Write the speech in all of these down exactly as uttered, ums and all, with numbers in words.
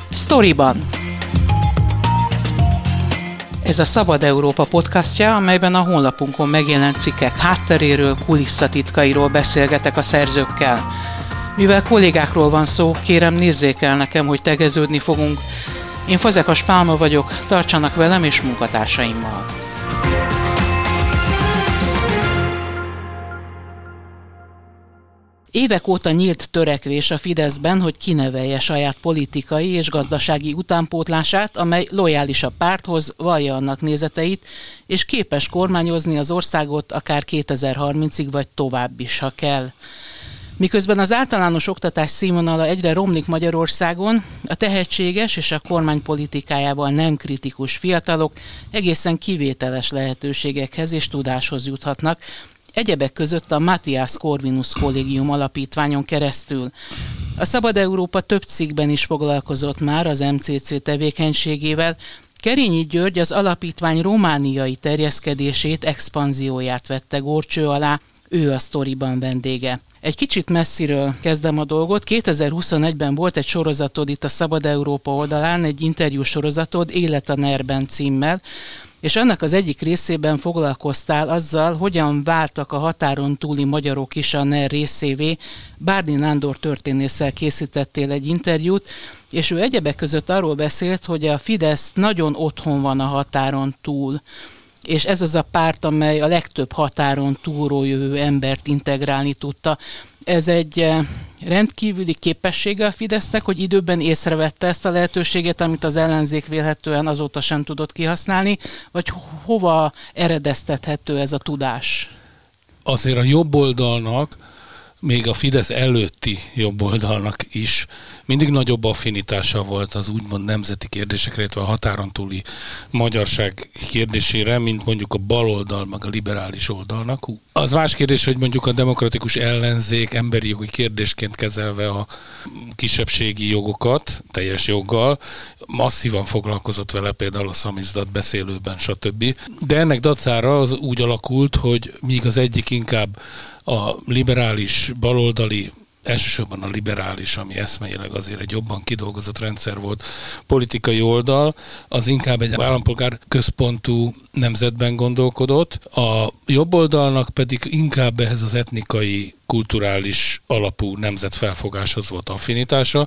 Sztoriban. Ez a Szabad Európa podcastja, amelyben a honlapunkon megjelent cikkek hátteréről, kulisszatitkairól beszélgetek a szerzőkkel. Mivel kollégákról van szó, kérem nézzék el nekem, hogy tegeződni fogunk. Én Fazekas Pálma vagyok, tartsanak velem és munkatársaimmal. Évek óta nyílt törekvés a Fideszben, hogy kinevelje saját politikai és gazdasági utánpótlását, amely lojális a párthoz, vallja annak nézeteit, és képes kormányozni az országot akár kétezer-harmincig vagy tovább is, ha kell. Miközben az általános oktatás színvonala egyre romlik Magyarországon, a tehetséges és a kormány politikájával nem kritikus fiatalok egészen kivételes lehetőségekhez és tudáshoz juthatnak, egyebek között a Matthias Corvinus Kollégium alapítványon keresztül. A Szabad Európa több cikkben is foglalkozott már az em cé cé tevékenységével. Kerényi György az alapítvány romániai terjeszkedését, expanzióját vette górcső alá, ő a Sztoriban vendége. Egy kicsit messziről kezdem a dolgot. kétezer-huszonegyben volt egy sorozatod itt a Szabad Európa oldalán, egy interjú sorozatod, Élet a nerben címmel, és annak az egyik részében foglalkoztál azzal, hogyan váltak a határon túli magyarok is a NER részévé. Bárdi Nándor történésszel készítettél egy interjút, és ő egyebek között arról beszélt, hogy a Fidesz nagyon otthon van a határon túl, és ez az a párt, amely a legtöbb határon túlról jövő embert integrálni tudta. Ez egy rendkívüli képessége a Fidesznek, hogy időben észrevette ezt a lehetőséget, amit az ellenzék vélhetően azóta sem tudott kihasználni, vagy hova eredeztethető ez a tudás? Azért a jobb oldalnak, még a Fidesz előtti jobb oldalnak is mindig nagyobb affinitása volt az úgymond nemzeti kérdésekre, illetve a határon túli magyarság kérdésére, mint mondjuk a baloldal, meg a liberális oldalnak. Az más kérdés, hogy mondjuk a demokratikus ellenzék emberi jogi kérdésként kezelve a kisebbségi jogokat, teljes joggal, masszívan foglalkozott vele például a szamizdat beszélőben, stb. De ennek dacára az úgy alakult, hogy míg az egyik inkább a liberális, baloldali, elsősorban a liberális, ami eszmeileg azért egy jobban kidolgozott rendszer volt, politikai oldal, az inkább egy állampolgár központú nemzetben gondolkodott, a jobb oldalnak pedig inkább ehhez az etnikai, kulturális alapú nemzetfelfogáshoz volt affinitása,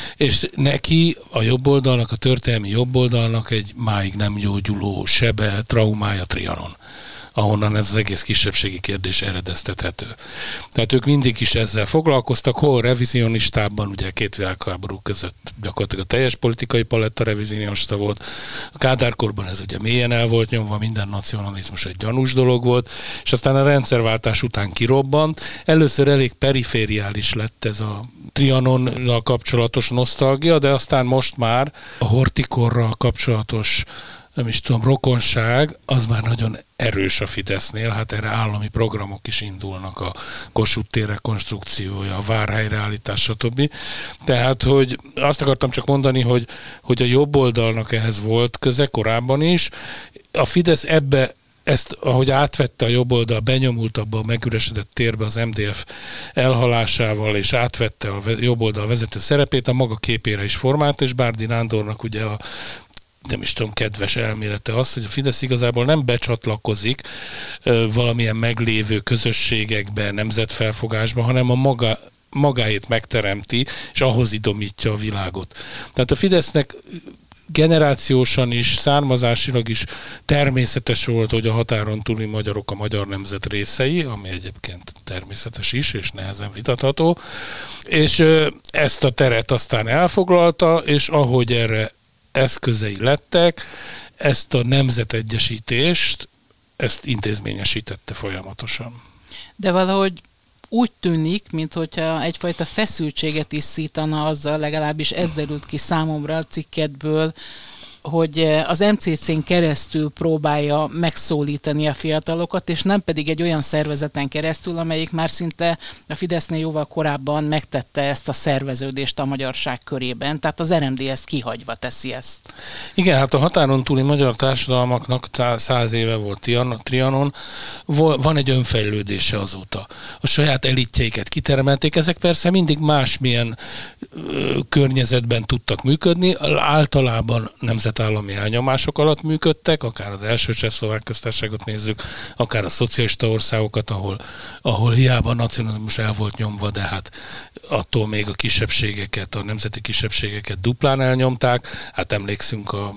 és neki, a jobb oldalnak, a történelmi jobb oldalnak egy máig nem gyógyuló sebe, traumája Trianon, ahonnan ez az egész kisebbségi kérdés eredeztethető. Tehát ők mindig is ezzel foglalkoztak, hol revizionistában, ugye két világháború között gyakorlatilag a teljes politikai paletta revizionista volt. A Kádárkorban ez ugye mélyen el volt nyomva, minden nacionalizmus egy gyanús dolog volt, és aztán a rendszerváltás után kirobbant. Először elég perifériális lett ez a Trianonnal kapcsolatos nosztalgia, de aztán most már a Horthykorral kapcsolatos, nem is tudom, rokonság, az már nagyon erős a Fidesznél, hát erre állami programok is indulnak, a Kossuth tér rekonstrukciója, a várhelyreállítás, stb. Tehát, hogy azt akartam csak mondani, hogy, hogy a jobb oldalnak ehhez volt köze korábban is. A Fidesz ebbe ezt, ahogy átvette a jobb oldal, benyomult abba a megüresedett térbe az em dé ef elhalásával, és átvette a jobb oldal vezető szerepét, a maga képére is formált, és Bárdi Nándornak ugye a nem is tudom, kedves elmélete az, hogy a Fidesz igazából nem becsatlakozik ö, valamilyen meglévő közösségekbe, nemzetfelfogásba, hanem a maga, magáét megteremti, és ahhoz idomítja a világot. Tehát a Fidesznek generációsan is, származásilag is természetes volt, hogy a határon túli magyarok a magyar nemzet részei, ami egyébként természetes is, és nehezen vitatható, és ö, ezt a teret aztán elfoglalta, és ahogy erre eszközei lettek, ezt a nemzetegyesítést, ezt intézményesítette folyamatosan. De valahogy úgy tűnik, minthogyha egyfajta feszültséget is szítana azzal, legalábbis ez derült ki számomra a cikkedből, hogy az em cé cén keresztül próbálja megszólítani a fiatalokat, és nem pedig egy olyan szervezeten keresztül, amelyik már szinte a Fidesznél jóval korábban megtette ezt a szerveződést a magyarság körében. Tehát az er em dé ezt kihagyva teszi ezt. Igen, hát a határon túli magyar társadalmaknak száz éve volt Trianon, van egy önfejlődése azóta. A saját elitjeiket kitermelték, ezek persze mindig másmilyen ö, környezetben tudtak működni, általában nemzetállami elnyomások alatt működtek, akár az első Csehszlovák köztársaságot nézzük, akár a szocialista országokat, ahol, ahol hiába a nacionalizmus el volt nyomva, de hát attól még a kisebbségeket, a nemzeti kisebbségeket duplán elnyomták. Hát emlékszünk a,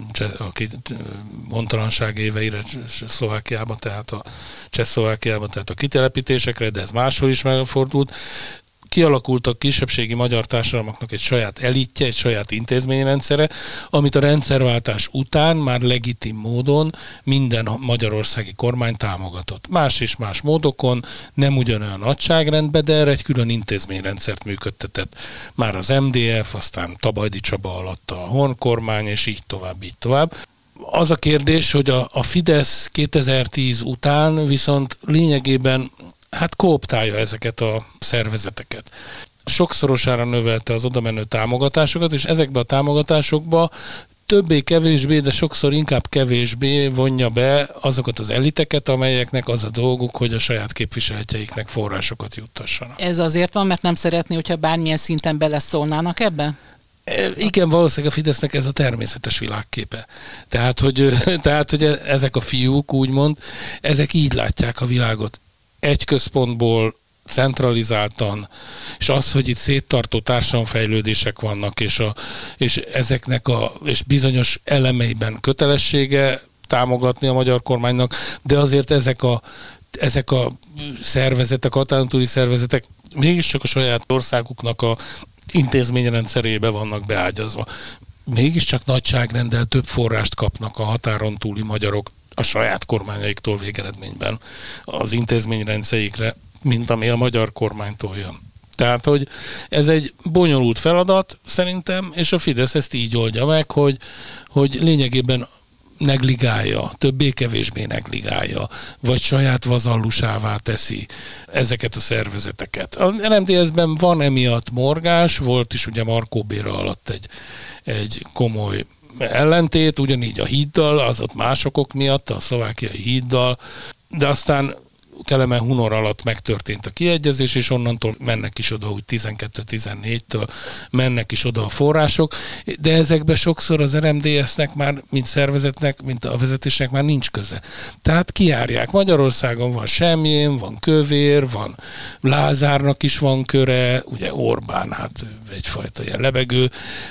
a hontalanság éveire Szlovákiában, tehát a Csehszlovákiában, tehát a kitelepítésekre, de ez máshol is megfordult. Kialakultak kisebbségi magyar társadalmaknak egy saját elitje, egy saját intézményrendszere, amit a rendszerváltás után már legitim módon minden magyarországi kormány támogatott. Más és más módokon, nem ugyanolyan nagyságrendben, de erre egy külön intézményrendszert működtetett. Már az em dé ef, aztán Tabajdi Csaba alatt a Horn kormány, és így tovább, így tovább. Az a kérdés, hogy a, a Fidesz kétezer-tíz után viszont lényegében hát kooptálja ezeket a szervezeteket. Sokszorosára növelte az odamenő támogatásokat, és ezekbe a támogatásokba többé-kevésbé, de sokszor inkább kevésbé vonja be azokat az eliteket, amelyeknek az a dolguk, hogy a saját képviselőjeiknek forrásokat juttassanak. Ez azért van, mert nem szeretné, hogyha bármilyen szinten beleszólnának ebbe? Igen, valószínűleg a Fidesznek ez a természetes világképe. Tehát hogy, tehát, hogy ezek a fiúk, úgymond, ezek így látják a világot. Egy központból, centralizáltan, és az, hogy itt széttartó társadalomfejlődések vannak, és, a, és ezeknek a és bizonyos elemeiben kötelessége támogatni a magyar kormánynak, de azért ezek a, ezek a szervezetek, határon túli szervezetek mégiscsak a saját országuknak a intézményrendszerébe vannak beágyazva. Mégiscsak nagyságrenddel több forrást kapnak a határon túli magyarok a saját kormányaiktól végeredményben az intézményrendszerikre, mint ami a magyar kormánytól jön. Tehát, hogy ez egy bonyolult feladat szerintem, és a Fidesz ezt így oldja meg, hogy, hogy lényegében negligálja, többé-kevésbé negligálja, vagy saját vazallusává teszi ezeket a szervezeteket. A er em dé es-ben van emiatt morgás, volt is ugye Markó Béra alatt egy, egy komoly ellentét, ugyanígy a híddal, az ott másokok miatt, a szlovákiai híddal, de aztán Kelemen Hunor alatt megtörtént a kiegyezés, és onnantól mennek is oda, úgy tizenkettő-tizennégytől mennek is oda a források, de ezekben sokszor az er em dé es-nek már, mint szervezetnek, mint a vezetésnek már nincs köze. Tehát kijárják. Magyarországon van Semjén, van Kövér, van Lázárnak is van köre, ugye Orbán, hát egyfajta ilyen lebegő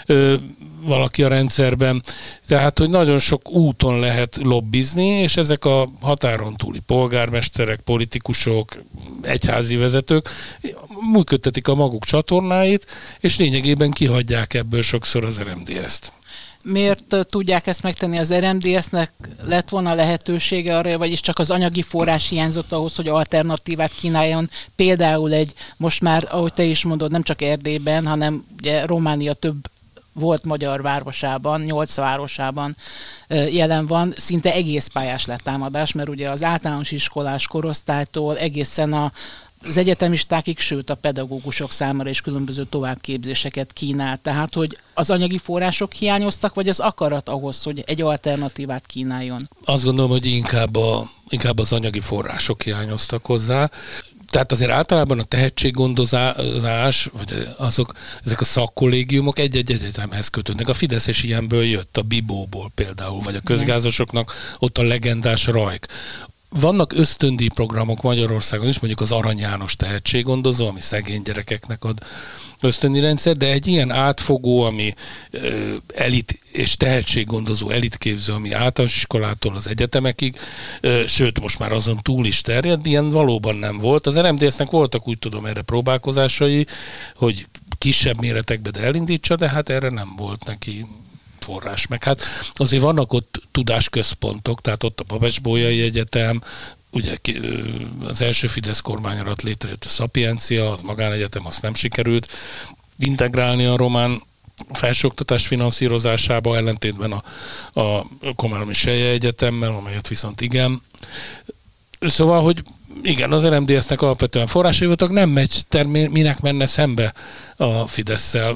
valaki a rendszerben. Tehát, hogy nagyon sok úton lehet lobbizni, és ezek a határon túli polgármesterek, politikusok, egyházi vezetők működtetik a maguk csatornáit, és lényegében kihagyják ebből sokszor az er em dé es-t. Miért tudják ezt megtenni? Az er em dé es-nek lett volna lehetősége arra, vagyis csak az anyagi forrás hiányzott ahhoz, hogy alternatívát kínáljon, például egy, most már, ahogy te is mondod, nem csak Erdélyben, hanem ugye Románia több volt magyar városában, nyolc városában jelen van, szinte egész pályás letámadás, mert ugye az általános iskolás korosztálytól egészen a az egyetemistákig, sőt a pedagógusok számára is különböző továbbképzéseket kínál. Tehát, hogy az anyagi források hiányoztak, vagy az akarat ahhoz, hogy egy alternatívát kínáljon? Azt gondolom, hogy inkább, a, inkább az anyagi források hiányoztak hozzá. Tehát azért általában a tehetséggondozás, vagy azok, ezek a szakkollégiumok egy-egy egyetemhez kötődnek. A Fideszes ilyenből jött, a Bibóból például, vagy a közgázosoknak ott a legendás Rajk. Vannak ösztöndíj programok Magyarországon is, mondjuk az Arany János tehetséggondozó, ami szegény gyerekeknek ad ösztöndíj rendszer, de egy ilyen átfogó, ami ö, elit és tehetséggondozó, elitképző, ami általános iskolától az egyetemekig, ö, sőt, most már azon túl is terjed, ilyen valóban nem volt. Az er em dé es-nek voltak, úgy tudom, erre próbálkozásai, hogy kisebb méretekbe de elindítsa, de hát erre nem volt neki forrás. Meg hát azért vannak ott tudásközpontok, tehát ott a Babes-Bolyai Egyetem, ugye az első Fidesz kormány alatt létrejött a Szapiencia, az magánegyetem, azt nem sikerült integrálni a román felsőoktatás finanszírozásába, ellentétben a, a Komáromi Selye Egyetemmel, amelyet viszont igen. Szóval, hogy igen, az er em dé es-nek alapvetően forrásai voltak, nem megy, term- minek menne szembe a Fidesszel,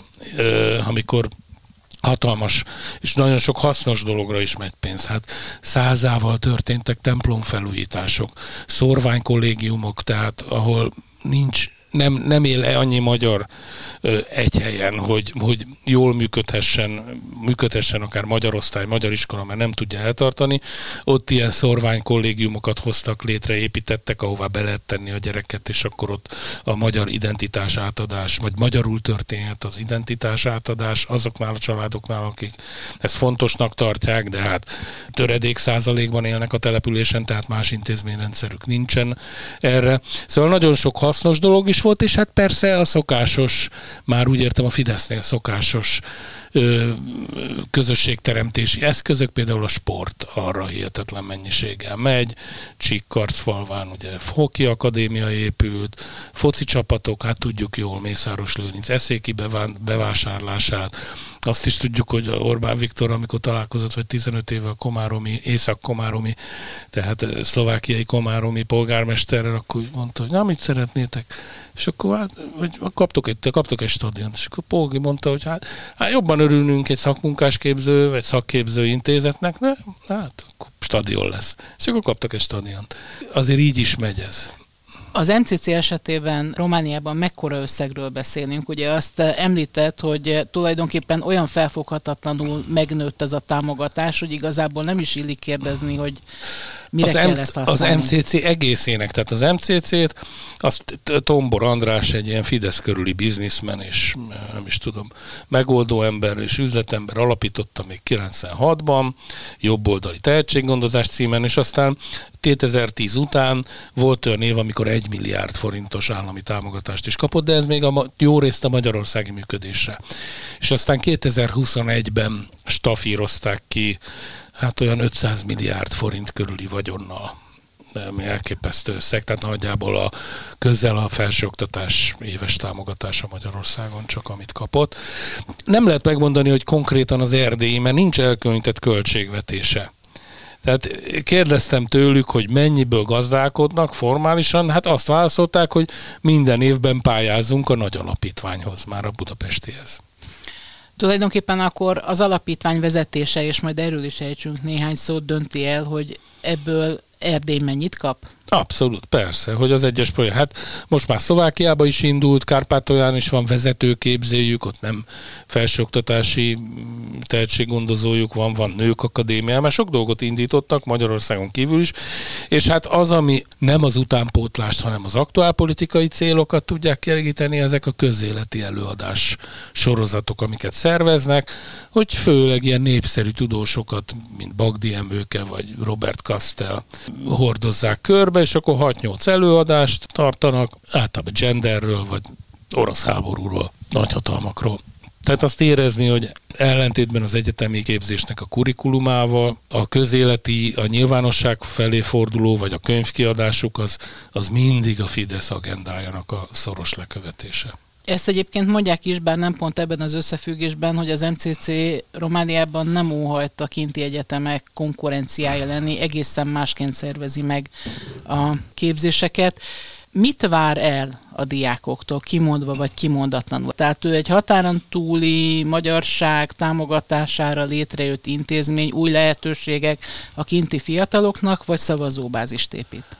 amikor hatalmas, és nagyon sok hasznos dologra is megy pénz. Hát százával történtek templomfelújítások, szorványkollégiumok, tehát ahol nincs, nem, nem él annyi magyar ö, egy helyen, hogy, hogy jól működhessen, működhessen akár magyar osztály, magyar iskola, mert nem tudja eltartani. Ott ilyen szorványkollégiumokat hoztak létre, építettek, ahová be lehet tenni a gyereket, és akkor ott a magyar identitás átadás, vagy magyarul történhet az identitás átadás azoknál a családoknál, akik ezt fontosnak tartják, de hát töredék százalékban élnek a településen, tehát más intézményrendszerük nincsen erre. Szóval nagyon sok hasznos dolog is volt, és hát persze a szokásos, már úgy értem a Fidesznél szokásos ö, közösségteremtési eszközök, például a sport arra hihetetlen mennyiséggel megy, Csíkkarcfalván ugye Hoki Akadémia épült, foci csapatok, hát tudjuk jól Mészáros Lőrinc eszéki bevásárlását, azt is tudjuk, hogy Orbán Viktor, amikor találkozott, vagy tizenöt éve a komáromi, észak-komáromi, tehát szlovákiai komáromi polgármesterrel, akkor mondta, hogy na, mit szeretnétek? És akkor hát, hogy kaptok egy, kaptok egy stadiont. És akkor Pógi mondta, hogy hát, hát jobban örülnünk egy szakmunkásképző, vagy szakképző intézetnek, ne? Hát akkor stadion lesz. És akkor kaptak egy stadiont. Azért így is megy ez. Az em cé cé esetében Romániában mekkora összegről beszélünk? Ugye azt említett, hogy tulajdonképpen olyan felfoghatatlanul megnőtt ez a támogatás, hogy igazából nem is illik kérdezni, hogy mire az kell M- ezt használni. Az em cé cé egészének, tehát az em cé cét, azt Tombor András egy ilyen Fidesz körüli bizniszmen, és nem is tudom, megoldó ember és üzletember alapította még kilencvenhatban, jobboldali tehetséggondozás címen, és aztán kétezer-tíz után volt olyan év, amikor egy milliárd forintos állami támogatást is kapott, de ez még a, jó részt a magyarországi működésre. És aztán kétezer-huszonegyben stafírozták ki hát olyan ötszáz milliárd forint körüli vagyonnal, ami elképesztő összeg, tehát nagyjából a közel a felsőoktatás éves támogatása Magyarországon csak, amit kapott. Nem lehet megmondani, hogy konkrétan az erdélyi, mert nincs elkülönített költségvetése. Tehát kérdeztem tőlük, hogy mennyiből gazdálkodnak formálisan, hát azt válaszolták, hogy minden évben pályázunk a nagy alapítványhoz, már a budapestihez. Tulajdonképpen akkor az alapítvány vezetése, és majd erről is ejtsünk néhány szót, dönti el, hogy ebből Erdély mennyit kap? Abszolút, persze, hogy az egyes projekt. Hát most már Szlovákiába is indult, Kárpátalján is van vezetőképzőjük, ott nem felsőoktatási tehetséggondozójuk van, van nők akadémia, mert sok dolgot indítottak Magyarországon kívül is, és hát az, ami nem az utánpótlást, hanem az aktuálpolitikai célokat tudják kielégíteni, ezek a közéleti előadás sorozatok, amiket szerveznek, hogy főleg ilyen népszerű tudósokat, mint Bagdi Emőke vagy Robert Kastel hordozzák körbe, és akkor hat-nyolc előadást tartanak, általában genderről, vagy orosz háborúról, nagyhatalmakról. Tehát azt érezni, hogy ellentétben az egyetemi képzésnek a kurikulumával, a közéleti, a nyilvánosság felé forduló, vagy a könyvkiadásuk, az, az mindig a Fidesz agendájának a szoros lekövetése. Ezt egyébként mondják is, bár nem pont ebben az összefüggésben, hogy az em cé cé Romániában nem óhajt a kinti egyetemek konkurenciája lenni, egészen másként szervezi meg a képzéseket. Mit vár el a diákoktól, kimondva vagy kimondatlanul? Tehát ő egy határon túli magyarság támogatására létrejött intézmény, új lehetőségek a kinti fiataloknak, vagy szavazóbázist épít?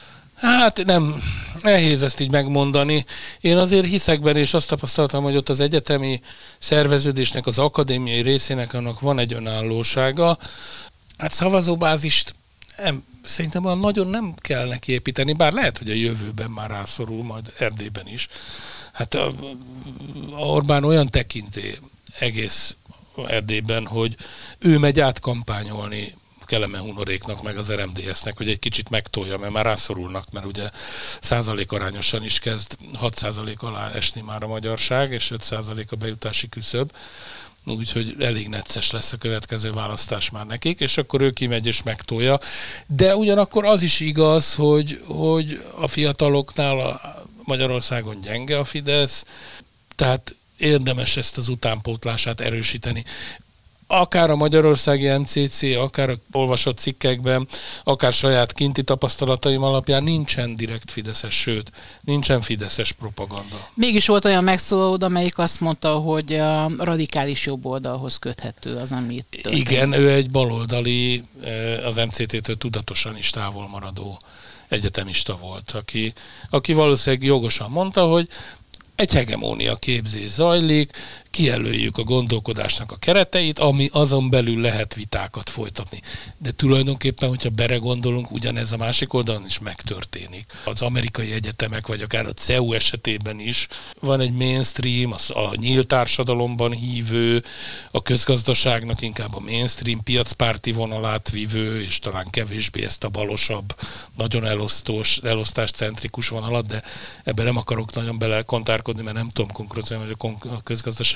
Hát nem, nehéz ezt így megmondani. Én azért hiszek benne, és azt tapasztaltam, hogy ott az egyetemi szerveződésnek, az akadémiai részének annak van egy önállósága. Hát szavazóbázist nem, szerintem olyan nagyon nem kell neki építeni, bár lehet, hogy a jövőben már rászorul, majd Erdélyben is. Hát a, a Orbán olyan tekinté egész Erdélyben, hogy ő megy át kampányolni Kelemen Hunoréknak, meg az er em dé es-nek, hogy egy kicsit megtolja, mert már rászorulnak, mert ugye százalékarányosan is kezd hat százalék alá esni már a magyarság, és öt százalék a bejutási küszöb, úgyhogy elég necces lesz a következő választás már nekik, és akkor ő kimegy és megtolja. De ugyanakkor az is igaz, hogy, hogy a fiataloknál a Magyarországon gyenge a Fidesz, tehát érdemes ezt az utánpótlását erősíteni. Akár a magyarországi em cé cé, akár a olvasott cikkekben, akár saját kinti tapasztalataim alapján nincsen direkt fideszes, sőt, nincsen fideszes propaganda. Mégis volt olyan megszólalód, amelyik azt mondta, hogy a radikális jobb oldalhoz köthető az, amit történt. Igen, ő egy baloldali, az em cé té-től tudatosan is távol maradó egyetemista volt, aki, aki valószínűleg jogosan mondta, hogy egy hegemónia képzés zajlik, kijelöljük a gondolkodásnak a kereteit, ami azon belül lehet vitákat folytatni. De tulajdonképpen, hogyha belegondolunk, ugyanez a másik oldalon is megtörténik. Az amerikai egyetemek, vagy akár a cé e u esetében is van egy mainstream, az a nyílt társadalomban hívő, a közgazdaságnak inkább a mainstream piacpárti vonalát vívő, és talán kevésbé ezt a balosabb, nagyon elosztós, elosztáscentrikus vonalat, de ebben nem akarok nagyon belekontárkodni, mert nem tudom konkrétan, hogy a közgazdaság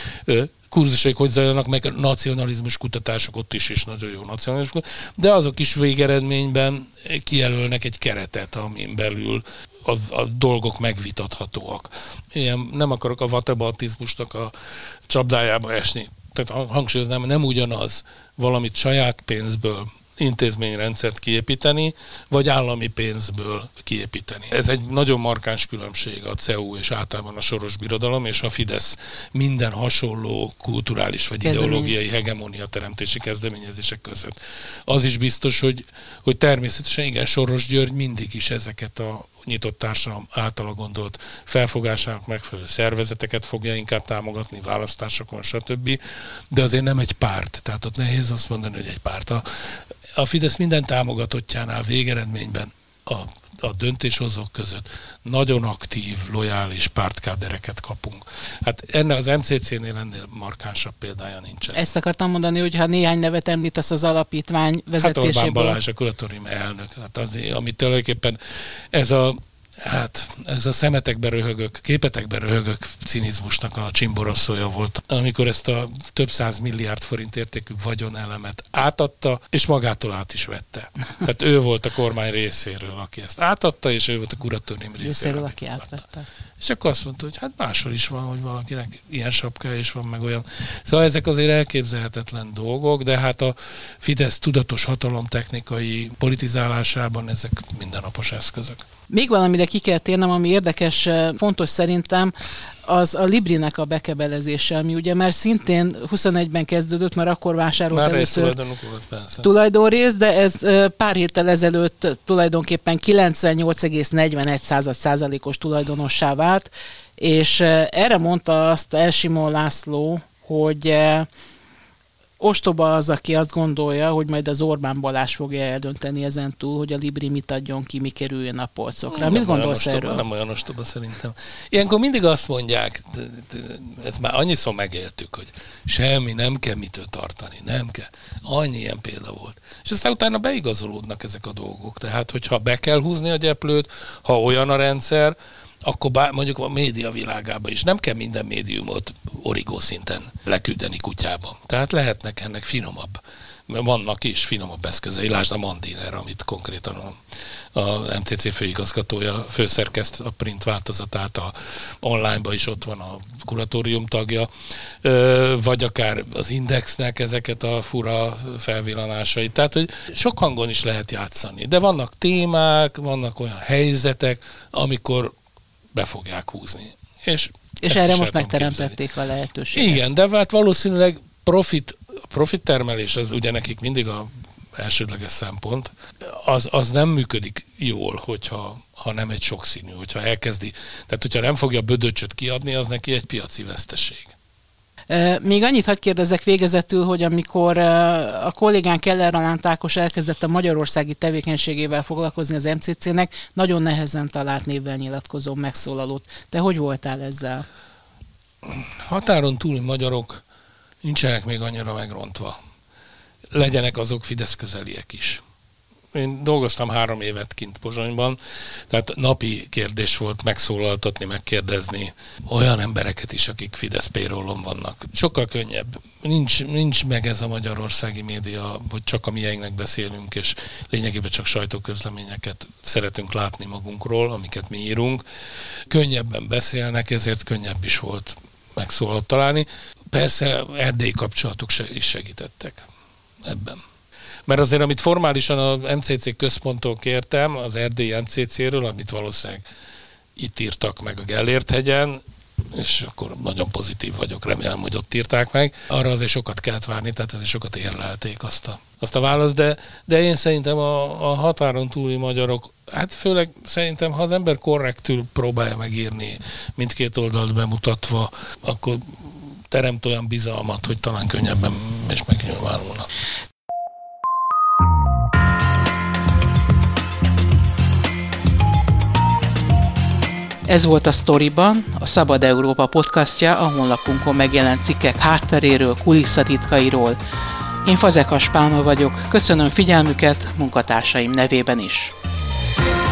kurzusaik hogy zajlanak, meg a nacionalizmus kutatások, ott is is nagyon jó nacionalizmus, de azok is végeredményben kijelölnek egy keretet, amin belül a, a dolgok megvitathatóak. Ilyen, nem akarok a whataboutismusnak a csapdájába esni. Tehát hangsúlyoznám, nem ugyanaz valamit saját pénzből intézményrendszert kiépíteni, vagy állami pénzből kiépíteni. Ez egy nagyon markáns különbség a cé e u és általában a Soros Birodalom és a Fidesz minden hasonló kulturális vagy Kezdemény. ideológiai hegemónia teremtési kezdeményezések között. Az is biztos, hogy, hogy természetesen igen, Soros György mindig is ezeket a nyitott társadalom általa gondolt felfogásának megfelelő szervezeteket fogja inkább támogatni, választásokon, stb. De azért nem egy párt. Tehát ott nehéz azt mondani, hogy egy párt. A, a Fidesz minden támogatottjánál végeredményben a, a döntéshozók között nagyon aktív, lojális pártkádereket kapunk. Hát ennek az em cé cé-nél ennél markánsabb példája nincsen. Ezt akartam mondani, hogy ha néhány nevet említesz az alapítvány vezetéséből. Hát Orbán Balázs, a kuratórium elnök. Hát az, ami tulajdonképpen ez a Hát ez a szemetekbe röhögök, képetekbe röhögök cinizmusnak a csimboroszója volt, amikor ezt a több száz milliárd forint értékű vagyonelemet átadta, és magától át is vette. Tehát ő volt a kormány részéről, aki ezt átadta, és ő volt a kuratórium részéről, részéről aki átvette. És akkor azt mondta, hogy hát máshol is van, hogy valakinek ilyen sapkája is van, meg olyan. Szóval ezek azért elképzelhetetlen dolgok, de hát a Fidesz tudatos hatalomtechnikai politizálásában ezek mindennapos eszközök. Még valamire ki kell térnem, ami érdekes, fontos szerintem, az a Librinek a bekebelezése, ami ugye már szintén huszonegyben kezdődött, mert akkor vásárolt már először volt, tulajdonrész, de ez pár héttel ezelőtt tulajdonképpen kilencvennyolc egész negyvenegy százalékos tulajdonossá vált, és erre mondta azt Elsimon László, hogy ostoba az, aki azt gondolja, hogy majd az Orbán Balázs fogja eldönteni ezen túl, hogy a Libri mit adjon ki, mi kerüljön a polcokra. Nem Mit gondolsz ostoba, erről? Nem olyan ostoba szerintem. Ilyenkor mindig azt mondják, ezt már annyiszor megéltük, hogy semmi, nem kell mitől tartani, nem kell. Annyi ilyen példa volt. És aztán utána beigazolódnak ezek a dolgok. Tehát, hogyha be kell húzni a gyeplőt, ha olyan a rendszer, akkor bár, mondjuk a média világában is nem kell minden médiumot origó szinten leküldeni kutyába. Tehát lehetnek ennek finomabb, vannak is finomabb eszközei. Lásd a Mandiner, amit konkrétan a, a em cé cé főigazgatója főszerkeszt a print változatát, a online-ban is ott van a kuratórium tagja, vagy akár az Indexnek ezeket a fura felvillanásait. Tehát, hogy sok hangon is lehet játszani. De vannak témák, vannak olyan helyzetek, amikor be fogják húzni. És, és erre most megteremtették képzelni. A lehetőséget. Igen, de hát valószínűleg profit, a profit termelés, az ugye nekik mindig a elsődleges szempont, az, az nem működik jól, hogyha ha nem egy sokszínű, hogyha elkezdi. Tehát, hogyha nem fogja bödöcsöt kiadni, az neki egy piaci veszteség. Még annyit hadd kérdezzek végezetül, hogy amikor a kollégánk Keller Roland Ákos elkezdett a magyarországi tevékenységével foglalkozni az em cé cé-nek, nagyon nehezen talált névvel nyilatkozó megszólalót. Te hogy voltál ezzel? Határon túli magyarok nincsenek még annyira megrontva. Legyenek azok Fidesz közeliek is. Én dolgoztam három évet kint Pozsonyban, tehát napi kérdés volt megszólaltatni, megkérdezni olyan embereket is, akik Fidesz payrollon vannak. Sokkal könnyebb. Nincs, nincs meg ez a magyarországi média, hogy csak a mieinknek beszélünk, és lényegében csak sajtóközleményeket szeretünk látni magunkról, amiket mi írunk. Könnyebben beszélnek, ezért könnyebb is volt megszólalót találni. Persze erdélyi kapcsolatok is segítettek ebben. Mert azért, amit formálisan a em cé cé központtól kértem, az erdélyi em cé cé-ről, amit valószínűleg itt írtak meg a Gellért-hegyen, és akkor nagyon pozitív vagyok, remélem, hogy ott írták meg. Arra azért sokat kellett várni, tehát azért sokat érlelték azt a, azt a választ, de, de én szerintem a, a határon túli magyarok, hát főleg szerintem, ha az ember korrektül próbálja megírni, mindkét oldalt bemutatva, akkor teremt olyan bizalmat, hogy talán könnyebben és megnyilvánulnak. Ez volt a Sztoriban, a Szabad Európa podcastja, a honlapunkon megjelent cikkek hátteréről, kulisszatitkairól. Én Fazekas Pálma vagyok, köszönöm figyelmüket munkatársaim nevében is.